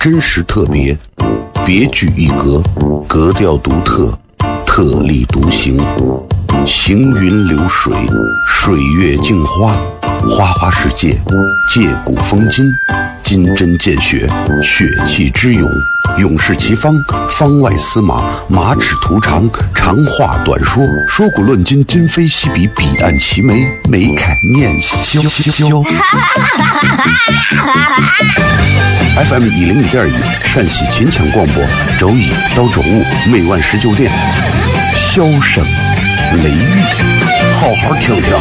真实特别，别具一格，格调独特，特立独行，行云流水，水月镜花，花花世界，借古风今，金针见血，血气之勇，勇士其方，方外司马，马齿图长，长话短说，说古论今，今非昔比，彼岸齐眉，眉开念萧。FM 101.1陕西秦腔广播，周一到周五每晚19点，笑声雷雨，好好听听。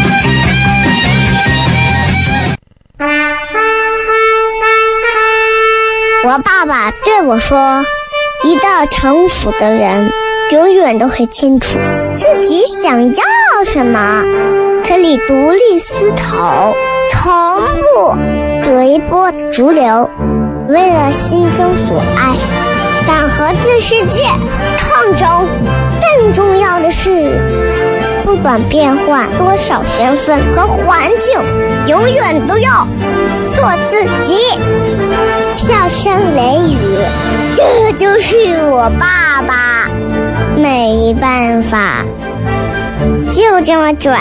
我爸爸对我说，一个成熟的人永远都会清楚自己想要什么，可以独立思考，从不随波逐流，为了心中所爱，敢和这世界抗争。更重要的是，不管变换多少身份和环境，永远都要做自己。笑声雷雨，这就是我爸爸，没办法，就这么拽。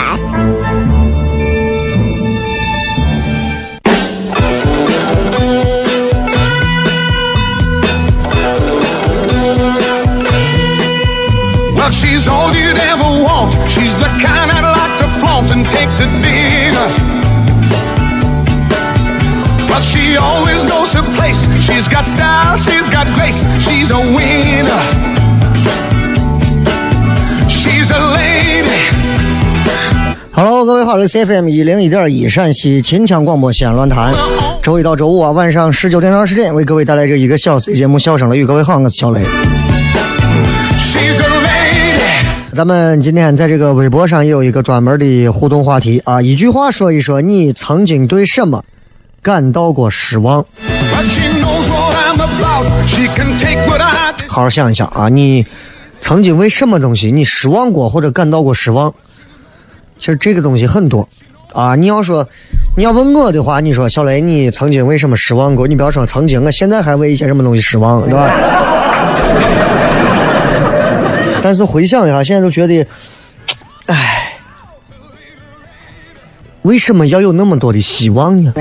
Well, she's all you'd ever want. She's the kind I'd like to flaunt and take to dinner. But she always knows her place. She's got style, she's got grace. She's a winner. She's a lady. Hello， 各位好，这是 FM 101.1陕西秦腔广播西安论坛。周一到周五啊，晚上19点到20点，为各位带来这一个小时的节目《笑声雷雨》。各位好，我是小雷。咱们今天在这个微博上也有一个专门的互动话题啊，一句话说一说你曾经对什么感到过失望。好好想一想啊，你曾经为什么东西你失望过或者感到过失望？其实这个东西很多啊。你要问我的话，你说小雷你曾经为什么失望过？你不要说曾经，我现在还为一些什么东西失望，对吧？但是回想一下，现在都觉得，哎，为什么要有那么多的希望呢？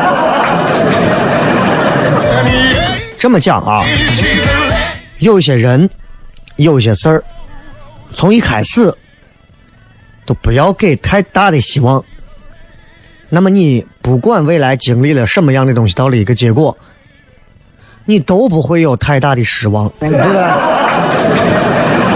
这么讲啊，有些人，有些事儿，从一开始都不要给太大的希望。那么你不管未来经历了什么样的东西，到了一个结果，你都不会有太大的失望，对吧？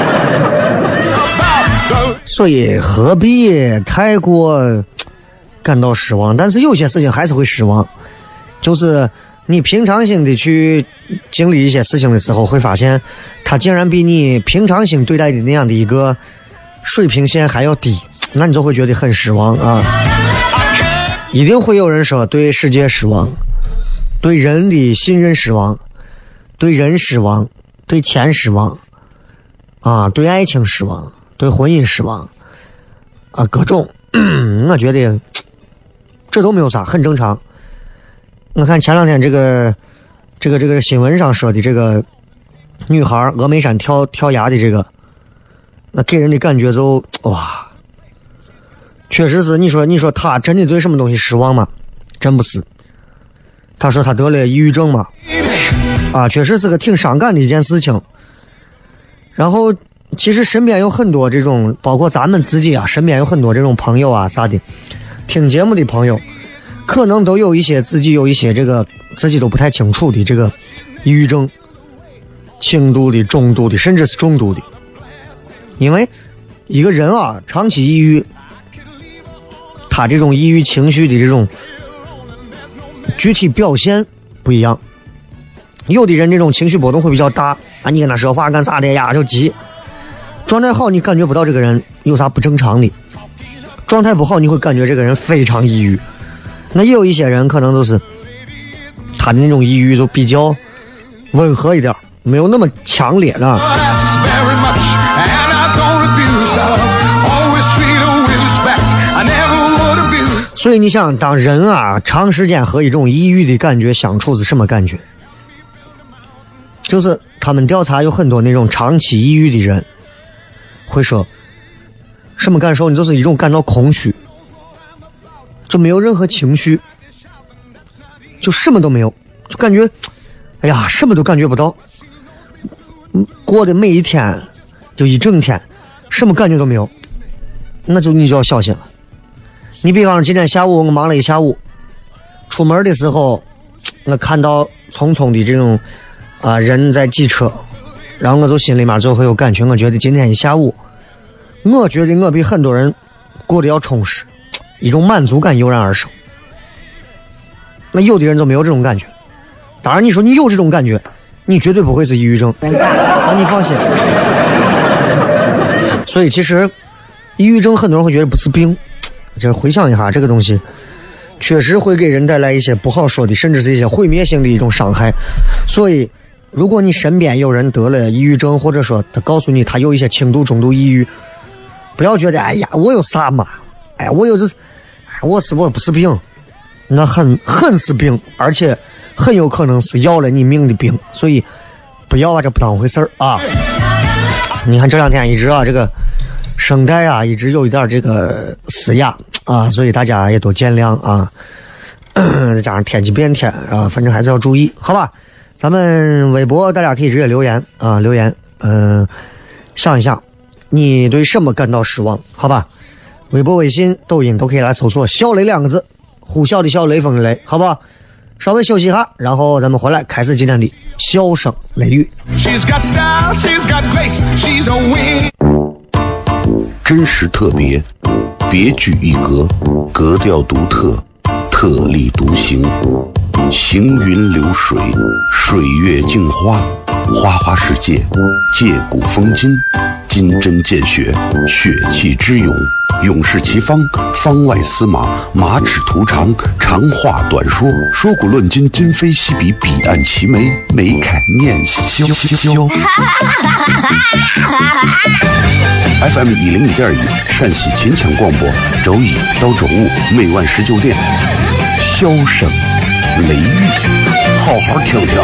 所以何必太过感到失望？但是有些事情还是会失望，就是你平常心的去经历一些事情的时候，会发现它竟然比你平常心对待的那样的一个水平线还要低，那你就会觉得很失望啊！一定会有人说对世界失望，对人的信任失望，对人失望，对钱失望啊，对爱情失望，对婚姻失望啊，各种我觉得这都没有啥，很正常。我看前两天这个新闻上说的这个女孩峨眉山跳崖的这个，那给人的感觉就哇，确实是你说她真的对什么东西失望吗？真不是。她说她得了抑郁症嘛，啊，确实是个挺伤感的一件事情。然后其实身边有很多这种，包括咱们自己啊，身边有很多这种朋友啊啥的，听节目的朋友可能都有一些自己这个自己都不太清楚的这个抑郁症，轻度的、中度的，甚至是重度的。因为一个人啊长期抑郁，他这种抑郁情绪的这种具体表现不一样。有的人这种情绪波动会比较大啊，你跟他说话干啥的呀就急。状态好你感觉不到这个人有啥不正常的，状态不好你会感觉这个人非常抑郁。那也有一些人可能都是他的那种抑郁都比较温和一点，没有那么强烈的。所以你想，当人啊长时间和一种抑郁的感觉相处是什么感觉？ 就是他们调查有很多那种长期抑郁的人会说什么感受，你就是一种感到空虚，就没有任何情绪，就什么都没有，就感觉哎呀什么都感觉不到，过的每一天就一整天什么感觉都没有，那就你就要小心了。你比方说今天下午我忙了一下午，出门的时候我看到匆匆的这种人在挤车，然后我就心里面就会有感觉，我觉得今天一下午我觉得我比很多人过得要充实，一种满足感油然而生。那有的人就没有这种感觉，当然你说你有这种感觉，你绝对不会是抑郁症，那你放心。所以其实抑郁症很多人会觉得不是病，就是回想一下这个东西确实会给人带来一些不好说的，甚至是一些毁灭性的一种伤害。所以如果你身边有人得了抑郁症，或者说他告诉你他有一些轻度中度抑郁，不要觉得哎呀我有啥嘛，哎我有这我不是病，那很是病，而且很有可能是要了你命的病，所以不要把这不当回事儿啊。你看这两天一直这个声带一直有一点这个嘶哑啊，所以大家也多见谅啊。再加上天气变天啊，反正还是要注意，好吧？咱们微博大家可以直接留言啊，留言，想一想你对什么感到失望，好吧？微博、微信、抖音都可以来搜索“小雷”两个字，呼啸的笑，雷锋的雷，好不好？稍微休息一下，然后咱们回来开始今天的笑声雷雨。 She's got style, she's got grace, she's a win. 真实特别，别具一格，格调独特，特立独行，行云流水，水月镜花，花花世界，借古风今，金针见血，血气之勇，勇士其方，方外司马，马齿图长，长话短说，说古论今，今非昔比，彼岸齐眉，眉开眼笑。FM 101.1陕西秦腔广播，周一到周五每晚19点，笑声雷雨，好好听听。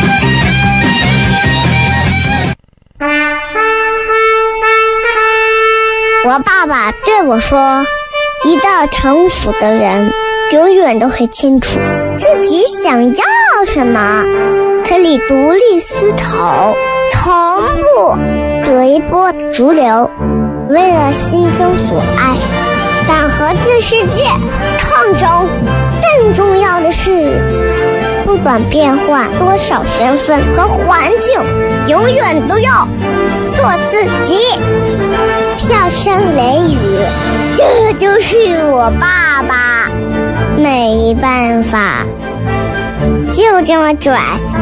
我爸爸对我说，一个成熟的人永远都会清楚自己想要什么，可以独立思考，从不随波逐流，为了心中所爱，敢和这世界抗争。更重要的是，不管变换多少身份和环境，永远都要做自己。笑声雷雨，这就是我爸爸，没办法，就这么拽。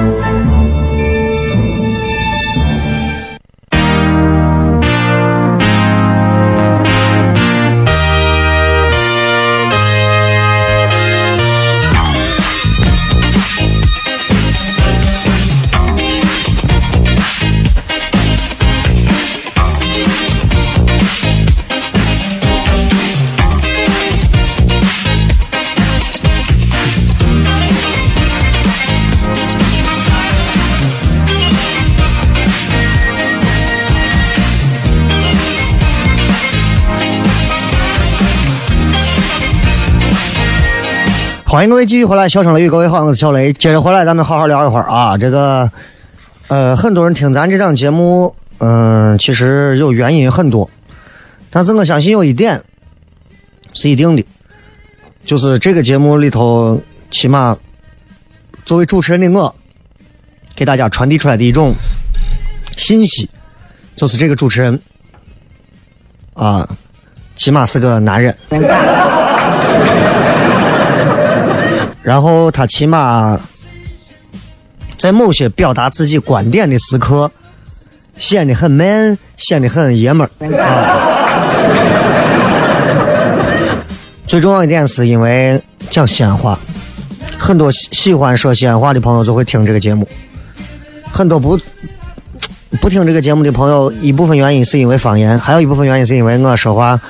欢迎各位继续回来，笑声雷雨，各位好，我是小雷。接着回来，咱们好好聊一会儿啊。这个，很多人听咱这档节目，其实有原因很多，但是我相信有一点是一定的，就是这个节目里头，起码作为主持人的我，给大家传递出来的一种信息，就是这个主持人起码是个男人。然后他起码在某些表达自己观点的时刻显得很 man， 显得很爷们儿最重要一点是因为讲西安话，很多喜欢说西安话的朋友就会听这个节目，很多不听这个节目的朋友，一部分原因是因为方言，还有一部分原因是因为我说话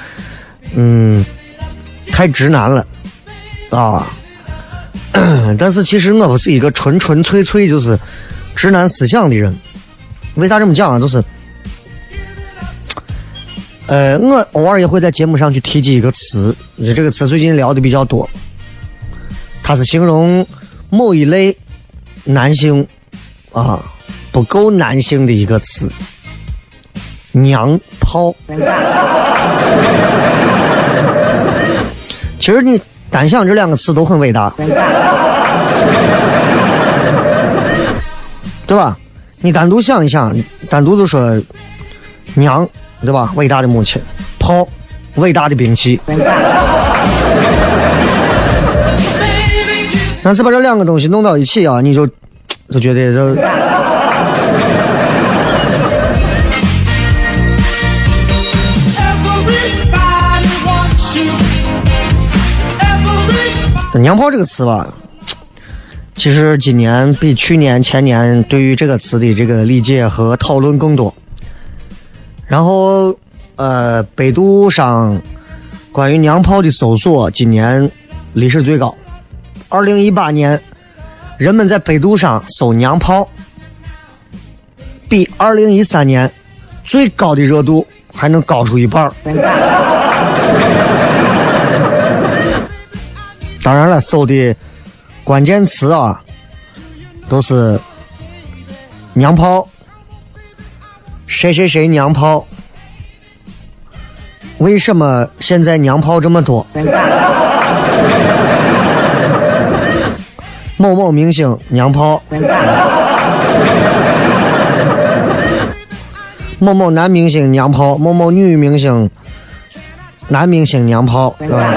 太直男了但是其实我不是一个纯粹就是直男思想的人。为啥这么讲啊？就是我偶尔也会在节目上去提及一个词，这个词最近聊的比较多，它是形容某一类男性啊不够男性的一个词，娘炮。其实你单想这两个词都很伟大，对吧？你单独想一想，单独就说娘，对吧？伟大的母亲，炮，伟大的兵器。但是把这两个东西弄到一起啊，你就觉得这娘炮这个词吧，其实今年比去年前年对于这个词的这个理解和讨论更多。然后百度上关于娘炮的搜索今年历史最高，2018年人们在百度上搜娘炮比2013年最高的热度还能高出一半。当然了，搜的关键词啊都是娘炮，谁谁谁娘炮，为什么现在娘炮这么多，某某明星娘炮，某某男明星娘炮，某某女明星男明星娘炮，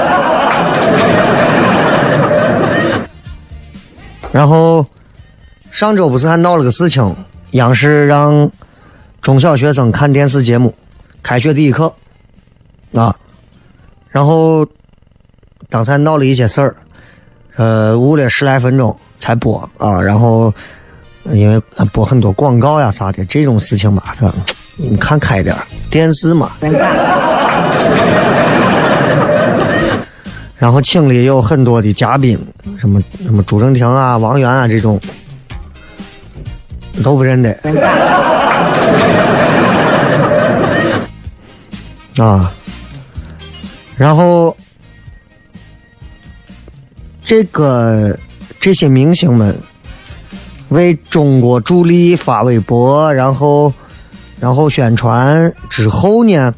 然后上周不是还闹了个事情，央视让中小学生看电视节目，开学第一课啊，然后刚才闹了一些事儿，误了10来分钟才播啊，然后因为播很多广告呀啥的，这种事情吧，你们看开点，电视嘛。然后请里有很多的嘉宾，什么朱正廷啊、王源啊这种都不认得啊。然后这些明星们为中国助力发微博，然后宣传之后呢，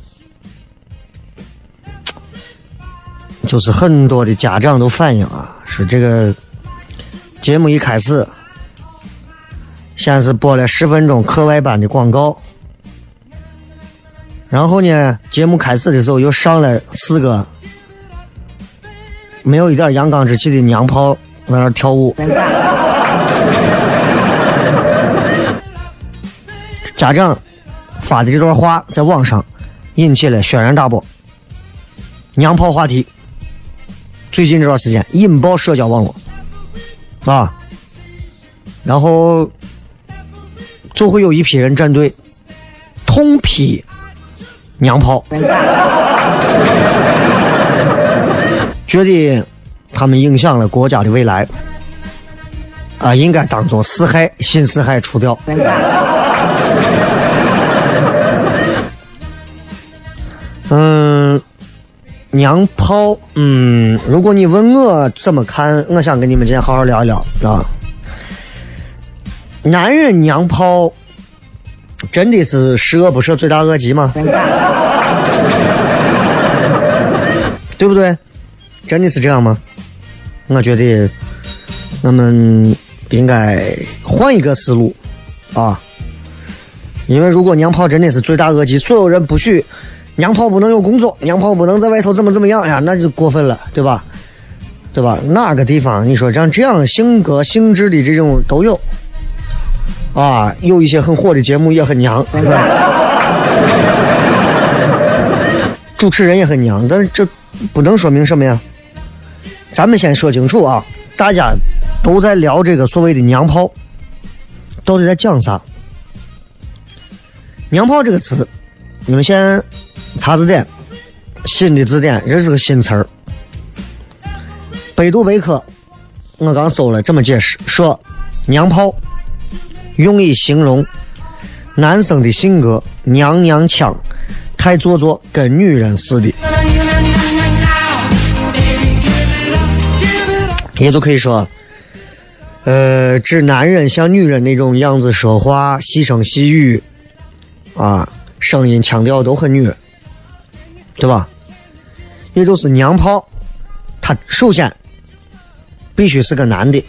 就是很多的家长都反映啊，是这个节目一开始先是播了10分钟课外班的广告，然后呢节目开始的时候又上了4个没有一点阳刚之气的娘炮在那跳舞，家长发的这段话在网上引起了轩然大波，娘炮话题最近这段时间引爆社交网络啊，然后就会有一批人站队痛批娘炮，觉得他们影响了国家的未来啊，应该当作四害新四害除掉。娘炮，如果你问我怎么看，我想跟你们今天好好聊一聊啊。男人娘炮真的是十恶不赦罪大恶极吗？对不对？真的是这样吗？我觉得我们应该换一个思路啊，因为如果娘炮真的是罪大恶极，所有人不许娘炮不能有工作，娘炮不能在外头怎么样呀，那就过分了，对吧？对吧？哪个地方你说像这样性格性质的这种都有啊，有一些很火的节目也很娘，主持人也很娘，但这不能说明什么呀？咱们先说清楚啊，大家都在聊这个所谓的娘炮，到底在讲啥？娘炮这个词，你们先查字典，新的字典，这是个新词儿。百度百科，我刚搜了这么解释，说娘炮用以形容男生的性格娘娘腔，太做作，跟女人似的。也就可以说指男人像女人那种样子说话，细声细语啊，声音腔调都很女人，对吧？也就是娘炮，他首先必须是个男的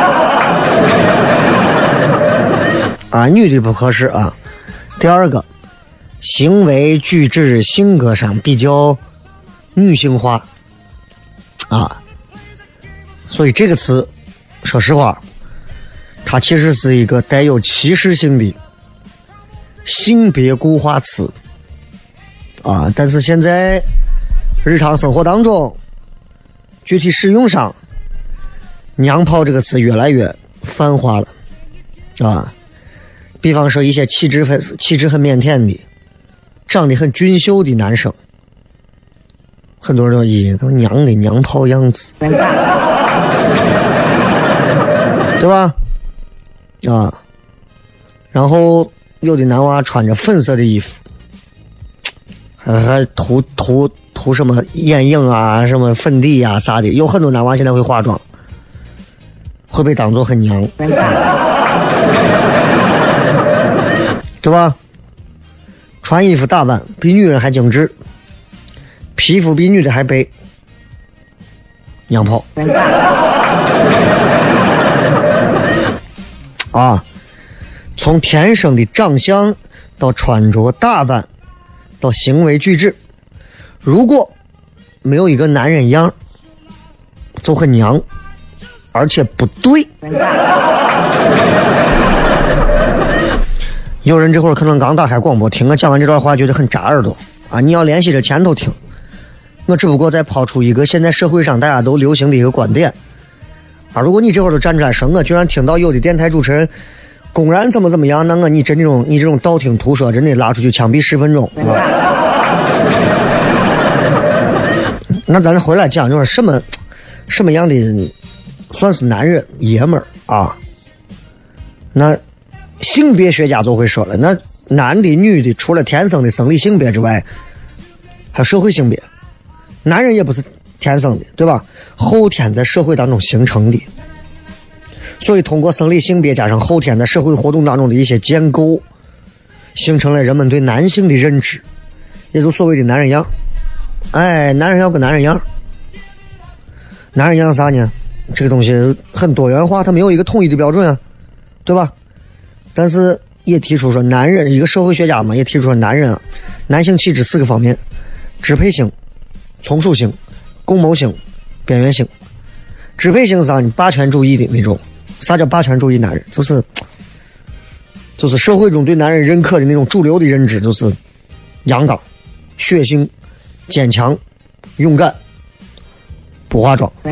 啊，女的不合适啊。第二个，行为举止性格上比较女性化啊，所以这个词说实话它其实是一个带有歧视性的性别固化词啊，但是现在日常生活当中具体使用上，娘炮这个词越来越泛化了啊。比方说一些气质很腼腆的，长得很俊秀的男生，很多人都以他娘的娘炮样子，对吧？啊，然后有的男娃穿着粉色的衣服，还涂什么眼影啊，什么粉底啊啥的，有很多男娃现在会化妆，会被当作很娘，对吧？穿衣服打扮比女人还精致，皮肤比女的还白，娘炮啊！从天生的长相到穿着打扮到行为举止，如果没有一个男人样，就很娘，而且不对。有人这会儿可能刚打开广播，听我讲完这段话觉得很扎耳朵啊！你要联系着前头听，我只不过在抛出一个现在社会上大家都流行的一个观点啊！如果你这会儿都站出来说我居然听到有的电台主持人公然怎么样，那你这种道听途说真的拉出去枪毙10分钟啊！那咱回来讲就是什么样的算是男人爷们儿啊？那性别学家就会说了，那男的女的除了天生的生理性别之外，还有社会性别。男人也不是天生的，对吧？后天在社会当中形成的。所以通过生理性别加上后天在社会活动当中的一些建构，形成了人们对男性的认知，也就所谓的男人样。哎，男人要个男人样。男人样啥呢？这个东西很多元化，它没有一个统一的标准啊，对吧？但是也提出说，男人一个社会学家嘛，也提出说男人啊，男性气质4个方面：支配性、从属性、共谋性、边缘性。支配性是啥？你霸权主义的那种。啥叫霸权主义男人？就是社会中对男人认可的那种主流的认知，就是阳刚、血性、坚强、勇敢、不化妆。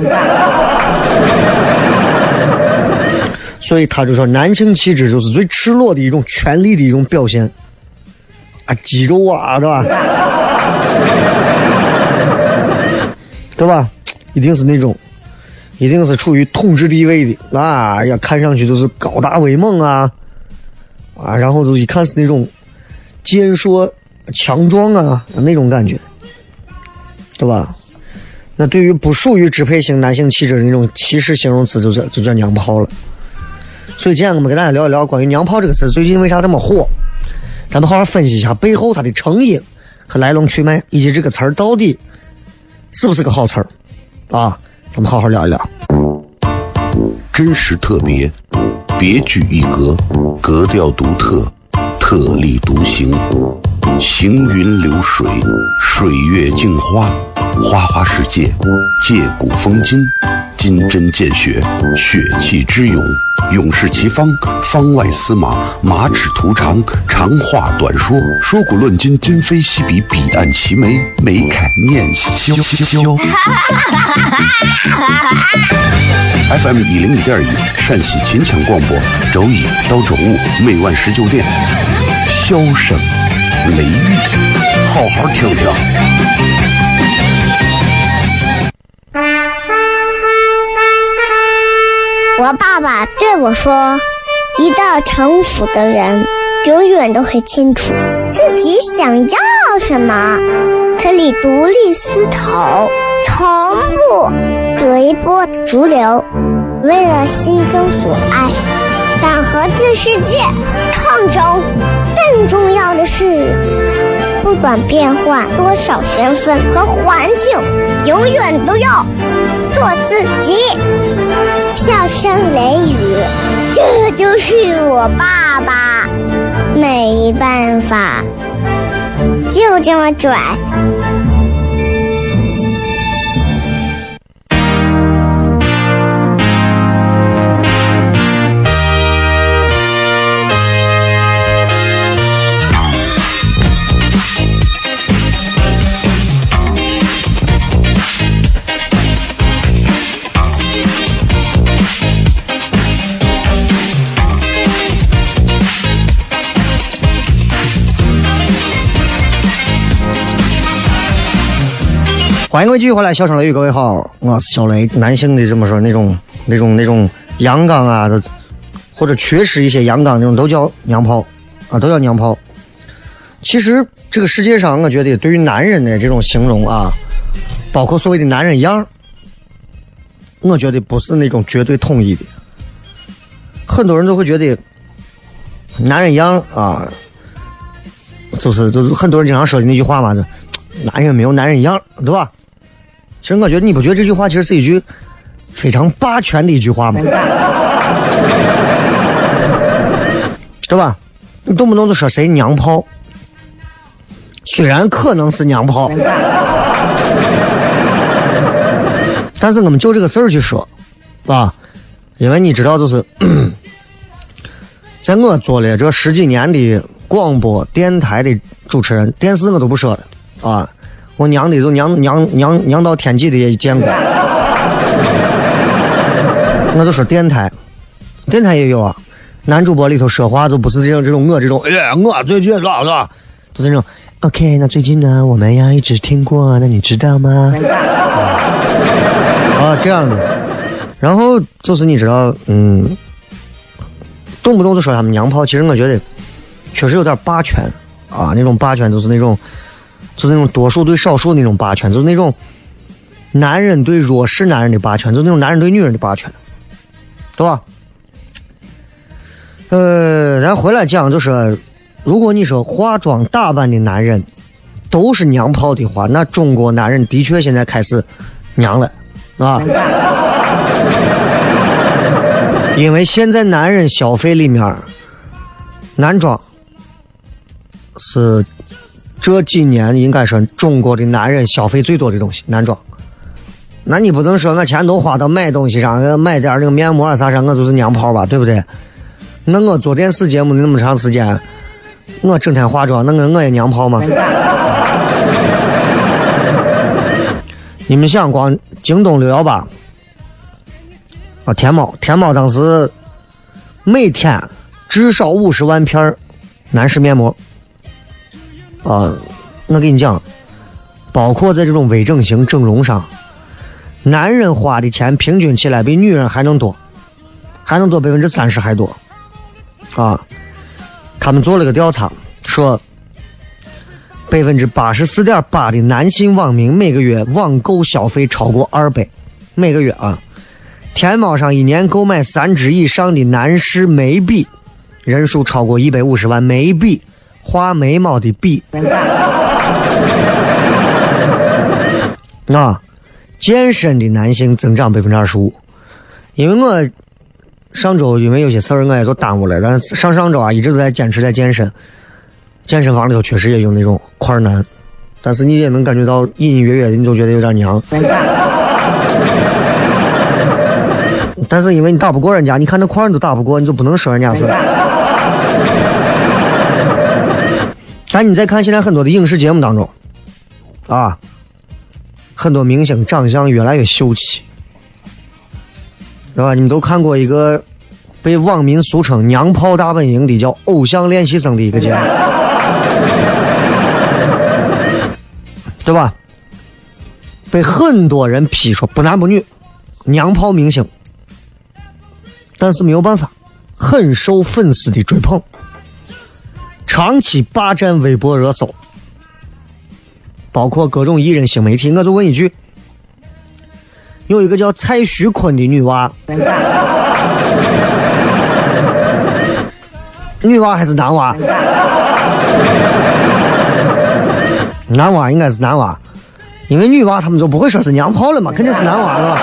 所以他就说男性气质就是最赤裸的一种权力的一种表现啊，肌肉啊，对吧？对吧？一定是那种，一定是处于统治地位的啊，要看上去就是高大威猛啊，然后就一看是那种健硕强壮啊那种感觉，对吧？那对于不属于支配型男性气质的那种歧视形容词，就叫娘炮了。所以今天我们跟大家聊一聊关于娘炮这个词最近为啥这么火，咱们好好分析一下背后它的成因和来龙去脉，以及这个词儿到底是不是个好词儿啊？咱们好好聊一聊。 真实特别，别具一格，格调独特，特立独行，行云流水，水月镜花，花花世界，借古风今，金针见血，血气之勇，勇士其方，方外司马，马齿图长，长话短说，说古论今，今非昔比，彼岸齐眉，眉开眼笑。FM 101.1陕西秦腔广播，周一到周五每晚19点，笑声雷雨，好好听听。 我爸爸对我说， 一到成熟的人，永远都会清楚自己想要什么，可以独立思考，从不随波逐流，为了心中所爱，敢和这世界抗争。更重要的是，不管变换多少身份和环境，永远都要做自己。笑声雷雨，这就是我爸爸，没办法，就这么拽。 欢迎各位继续回来，小声雷雨，各位好，我是小雷。男性的这么说，那种阳刚啊的，或者缺失一些阳刚那种，都叫娘炮啊，都叫娘炮。其实这个世界上，我觉得对于男人的这种形容啊，包括所谓的男人样，我觉得不是那种绝对统一的。很多人都会觉得男人样啊，就是很多人经常说的那句话嘛，就男人没有男人样，对吧？其实我觉得你不觉得这句话其实是一句非常霸权的一句话吗？对吧？你动不动就说谁娘炮，虽然可能是娘炮，但是我们就这个事儿去说啊，因为你知道，就是在我做了这10几年的广播电台的主持人，电视我都不说了啊。我娘的就娘到天际的也见过，我就说电台也有啊。男主播里头说话就不是这种我最近是吧，就是那种 OK。那最近呢，我们呀一直听过，那你知道吗？啊，这样的。然后就是你知道，动不动就说他们娘炮，其实我觉得确实有点霸权啊，那种霸权就是那种多数对少数那种霸权，就是那种男人对弱势男人的霸权，就是那种男人对女人的霸权，对吧？咱回来讲，就是如果你说化妆打扮的男人都是娘炮的话，那中国男人的确现在开始娘了啊！因为现在男人消费里面，男装是这几年应该是中国的男人消费最多的东西，男装。那你不能说我钱都花到买东西上，买点那个面膜啊啥啥，我就是娘炮吧，对不对？那我做电视节目的那么长时间，我整天化妆，那我也娘炮吗？你们想光京东618啊，天猫当时每天至少50万片男士面膜啊，我跟你讲，包括在这种微整形整容上，男人花的钱平均起来比女人还能多30%还多啊！他们做了个调查，说84.8%的男性网民每个月网购消费超过200，每个月啊！天猫上一年购买3支以上的男士眉笔人数超过150万，眉笔画眉毛的笔啊！健身的男性增长25%，因为我上周因为有些事儿我也就耽误了，但是上周啊一直都在坚持在健身，健身房里头确实也有那种块男，但是你也能感觉到隐隐约约的你就觉得有点娘，但是因为你打不过人家，你看那块你都打不过，你就不能说人家是。但你再看现在很多的影视节目当中啊，很多明星长相越来越秀气，对吧？你们都看过一个被网民俗称娘炮大本营的叫偶像练习生的一个节目，对吧？被很多人批说不男不女娘炮明星，但是没有办法很受粉丝的追捧，长期霸占微博热搜，包括各种艺人新媒体。我就问一句，有一个叫蔡徐坤的女娃，女娃还是男娃？男娃应该是男娃，因为女娃他们就不会说是娘炮了嘛，肯定是男娃了。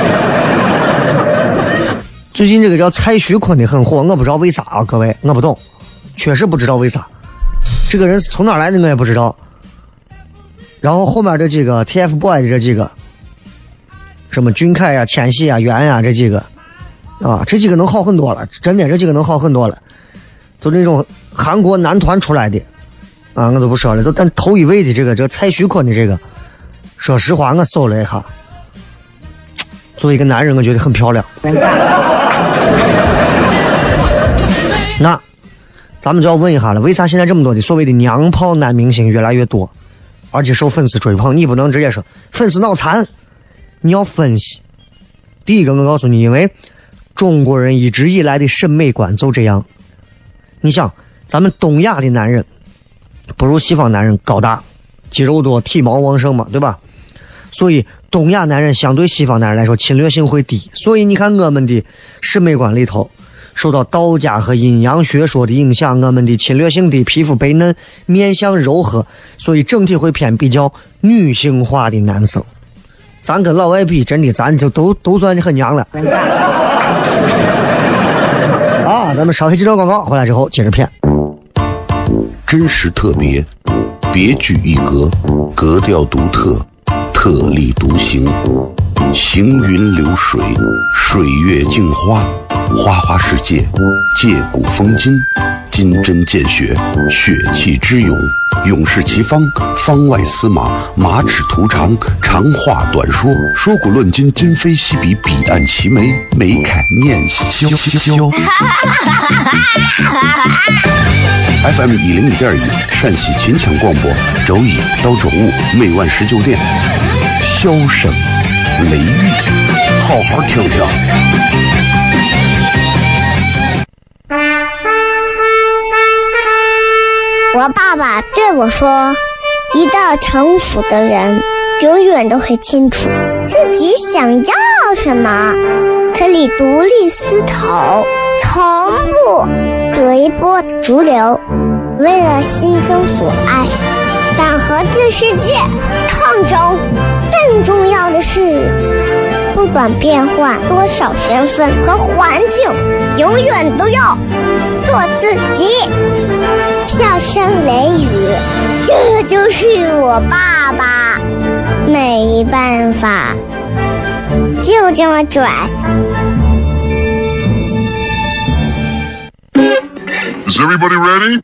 最近这个叫蔡徐坤的很火，我不知道为啥啊，各位，我不懂，确实不知道为啥。这个人是从哪来的我也不知道。然后后面这几个 TFBOY 的这几个，什么君凯呀、千玺呀、袁呀这几个，啊，这几个能好很多了，真的，这几个能好很多了。就那种韩国男团出来的，啊，我都不说了。但头一位的这个蔡徐坤的这个，说实话，我搜了一下，作为一个男人，我觉得很漂亮。那咱们就要问一下了，为啥现在这么多的所谓的娘炮男明星越来越多，而且受粉丝追捧？你不能直接说粉丝脑残，你要分析。第一个，我告诉你，因为中国人一直以来的审美观就这样。你想，咱们东亚的男人不如西方男人高大、肌肉多、体毛旺盛嘛，对吧？所以东亚男人相对西方男人来说侵略性会低，所以你看我们的审美观里头受到道家和阴阳学说的影响，我们的侵略性低，皮肤白嫩，面相柔和，所以整体会偏比较女性化的男生。咱跟老外比，真的咱就都算很娘了。啊，咱们稍微几段广告，回来之后接着片。 真实特别，别具一格，格调独特，特立独行，行云流水，水月镜花，花花世界，借古风今，金针见血，血气之勇，勇士齐方，方外司马，马齿图长，长话短说，说古论今，今非昔比，彼岸齐眉，眉开念萧萧。FM 101.1陕西秦腔广播，周一到周五每晚19点，笑声雷雨，好好听听。 我爸爸对我说，一个成熟的人永远都会清楚自己想要什么，可以独立思考，从不随波逐流，为了心中所爱，敢和这世界抗争。更重要的是，不管变换多少身份和环境，永远都要做自己。笑声雷雨，这就是我爸爸，没办法，就这么拽。 Is everybody ready?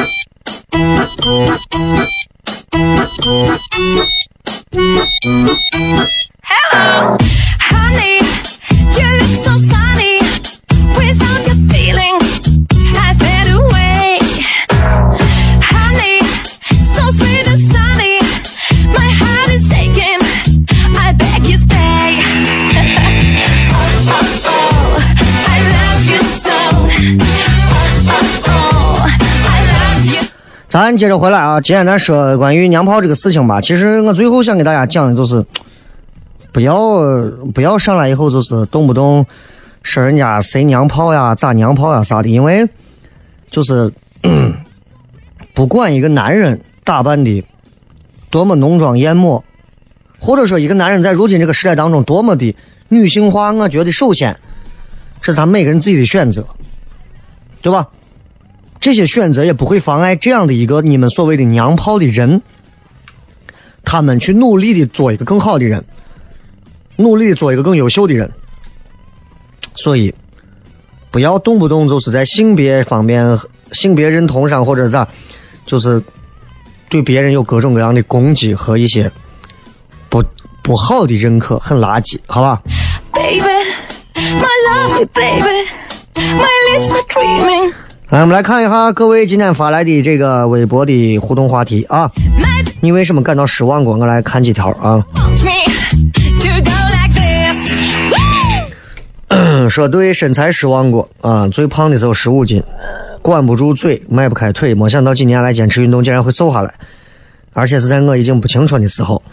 Hello, honey, you look so sunny. Without your feeling, I fade away. Honey, so sweet and sunny. My heart is aching. I beg you stay. Oh, oh, oh, I love you so. Oh, oh, oh, I love you. 咱接着回来啊，今天咱说关于娘炮这个事情吧。其实我最后想给大家讲的就是，不要上来以后就是动不动说人家谁娘炮呀、咋娘炮呀啥的，因为就是不管一个男人打扮的多么浓妆艳抹，或者说一个男人在如今这个时代当中多么的女性化，我觉得首先这是他每个人自己的选择，对吧？这些选择也不会妨碍这样的一个你们所谓的娘炮的人，他们去努力的做一个更好的人，努力的做一个更优秀的人。所以不要动不动就是在性别方面、性别认同上或者咋，就是对别人有各种各样的攻击和一些不好的认可，很垃圾，好吧？ Baby, my lovely baby, my lips are dreaming. 来，我们来看一下各位今天发来的这个微博的互动话题啊！你为什么感到失望过？我来看几条啊。 说对身材失望过啊，最胖的时候15斤，管不住嘴，迈不开腿，没想到几年来坚持运动竟然会瘦下来，而且是在我已经不青春的时候，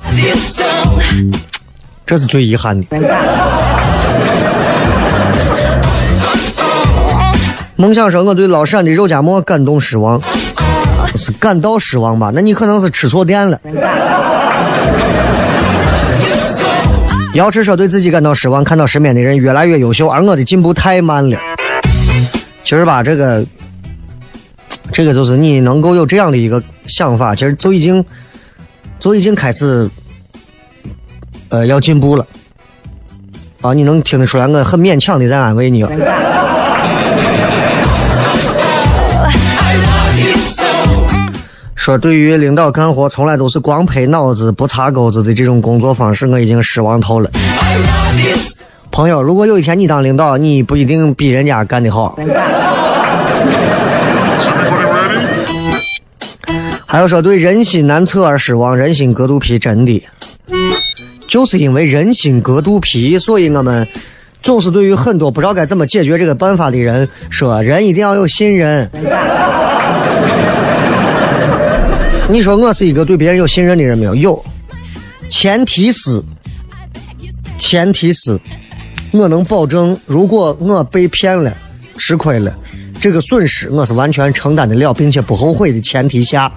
这是最遗憾的。梦想说我对老陕的肉夹馍感动失望，是感到失望吧？那你可能是吃错店了。瑶池说对自己感到失望，看到身边的人越来越优秀，而我的进步太慢了。其实吧，这个就是你能够有这样的一个想法，其实就已经开始要进步了啊！你能听得出来，我很勉强的在安慰你了。说对于领导干活从来都是光拍脑子不擦钩子的这种工作方式，我已经失望透了。朋友，如果有一天你当领导，你不一定比人家干得好。还有说对人心难测而失望，人心隔肚皮，真的就是因为人心隔肚皮，所以我们总是对于很多不知道该怎么解决这个办法的人说，人一定要有信任。你说我是一个对别人有信任的人没有？有，前提是我能保证，如果我被骗了吃亏了，这个损失我是完全承担得了并且不后悔的前提下。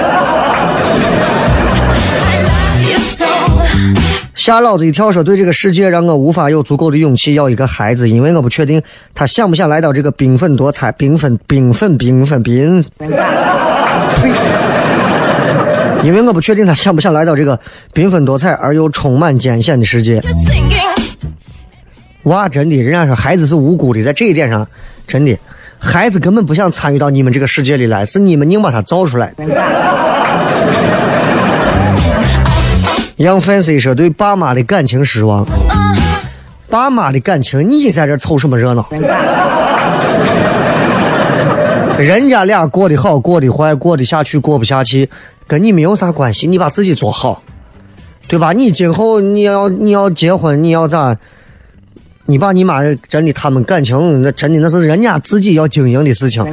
吓老子一跳说对这个世界让我无法有足够的勇气要一个孩子，因为我不确定他想不想来到这个缤纷多彩因为我不确定他想不想来到这个缤纷多彩而又充满艰险的世界。哇，真的，人家说孩子是无辜的，在这一点上，真的，孩子根本不想参与到你们这个世界里来，是你们硬把他造出来。Young Fancy 说对爸妈的感情失望，爸妈的感情你在这凑什么热闹？人家俩过得好过得坏过得下去过不下去跟你没有啥关系，你把自己做好，对吧？你今后你要结婚，你要咋？你爸你妈真的他们感情那真的那是人家自己要经营的事情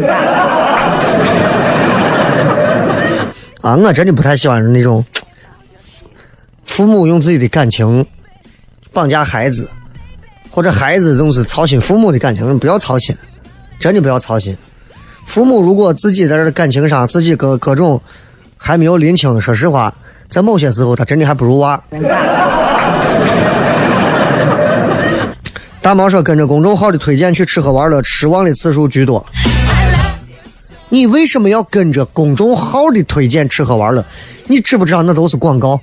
啊！我真的不太喜欢那种父母用自己的感情绑架孩子，或者孩子总是操心父母的感情，不要操心，真的不要操心。父母如果自己在这感情上自己各种还没有拎清，说实话，在某些时候他真的还不如娃。大毛说跟着公众号的推荐去吃喝玩乐，失望的次数居多。你为什么要跟着公众号的推荐吃喝玩乐？你知不知道那都是广告？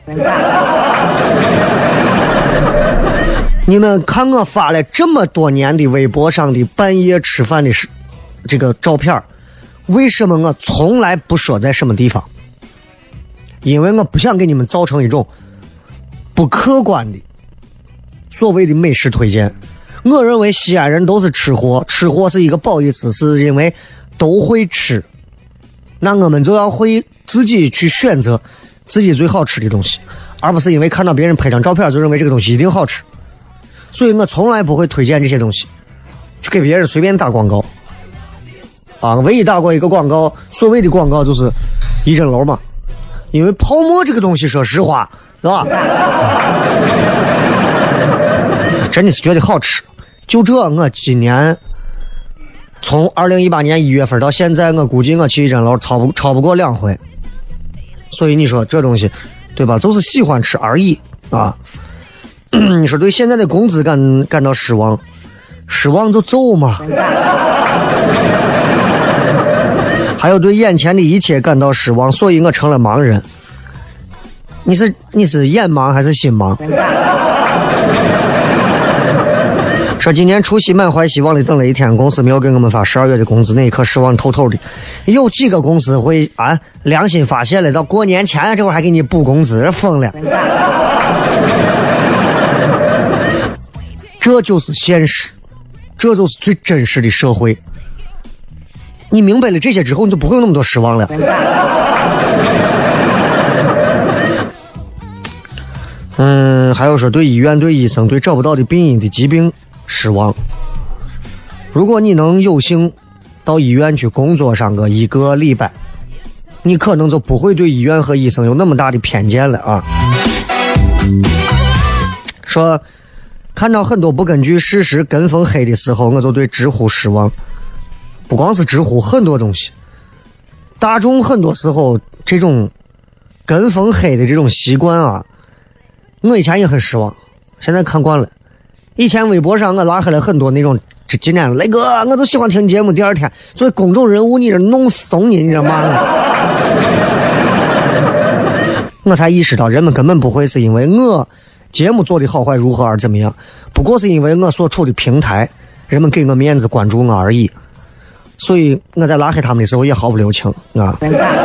你们看我发了这么多年的微博上的半夜吃饭的这个照片，为什么我从来不说在什么地方？因为我不想给你们造成一种不客观的所谓的美食推荐。我认为西安人都是吃货，吃货是一个褒义词，是因为都会吃，那我们就要会自己去选择自己最好吃的东西，而不是因为看到别人拍张照片就认为这个东西一定好吃。所以我从来不会推荐这些东西，就给别人随便打广告啊！唯一打过一个广告，所谓的广告就是一针楼嘛，因为泡沫这个东西说实话是吧，真的是觉得好吃。就这，我今年从2018年1月份到现在，我估计我去一针楼超不过2回。所以你说这东西对吧，就是喜欢吃而已啊。你说对现在的工资感到失望，失望就走嘛。还有对眼前的一切感到失望，所以我成了盲人。你是眼盲还是心盲？说今年除夕满怀希望的等了一天，公司没有给我们发12月的工资，那一刻失望透透的。有几个公司会良心发现了，到过年前这会儿还给你补工资，疯了。这就是现实，这就是最真实的社会。你明白了这些之后，你就不会有那么多失望了。还有说对医院、对医生、对找不到的病因的疾病失望。如果你能有幸到医院去工作上个1个礼拜，你可能就不会对医院和医生有那么大的偏见了啊。说看到很多不根据事实跟风黑的时候，我就对知乎失望。不光是知乎，很多东西，大众很多时候这种跟风黑的这种习惯啊，我以前也很失望，现在看惯了。以前微博上我拉黑了很多那种今天雷哥我就喜欢听节目，第二天作为公众人物你这弄怂你知道吗？我才意识到人们根本不会是因为我节目做的好坏如何而怎么样，不过是因为我所处的平台人们给我面子关注我而已。所以我在拉黑他们的时候也毫不留情啊。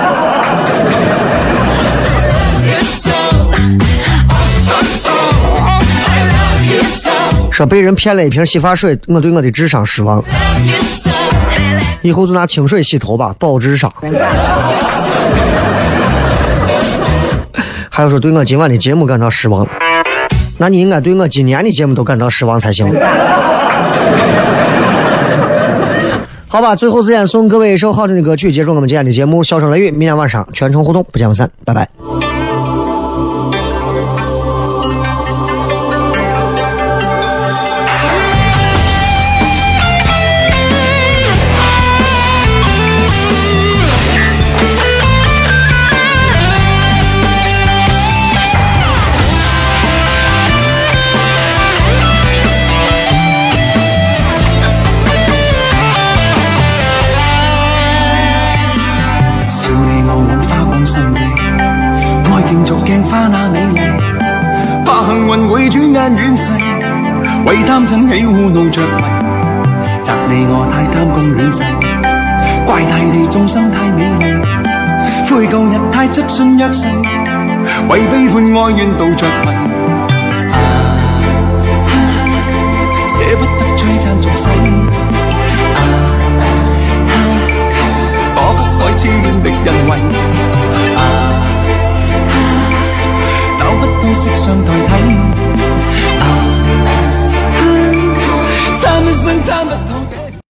说被人骗了一瓶洗发水，我对我的智商失望，以后就拿清水洗头吧，保智商。还有说对我今晚的节目感到失望，那你应该对我今年的节目都感到失望才行。好吧，最后时间送各位一首好听的歌曲，结束我们今天的节目。笑声雷雨，明天晚上全程互动，不见不散，拜拜。 運會轉眼遠逝，為貪嗔喜惡怒着迷，責你我太貪功戀勢，怪大地眾生太美麗，悔舊日太執信約誓，為悲歡哀怨妒着迷，捨不得璀璨俗世，躲不開痴戀的人為。找不到色相代替，參一生參不透。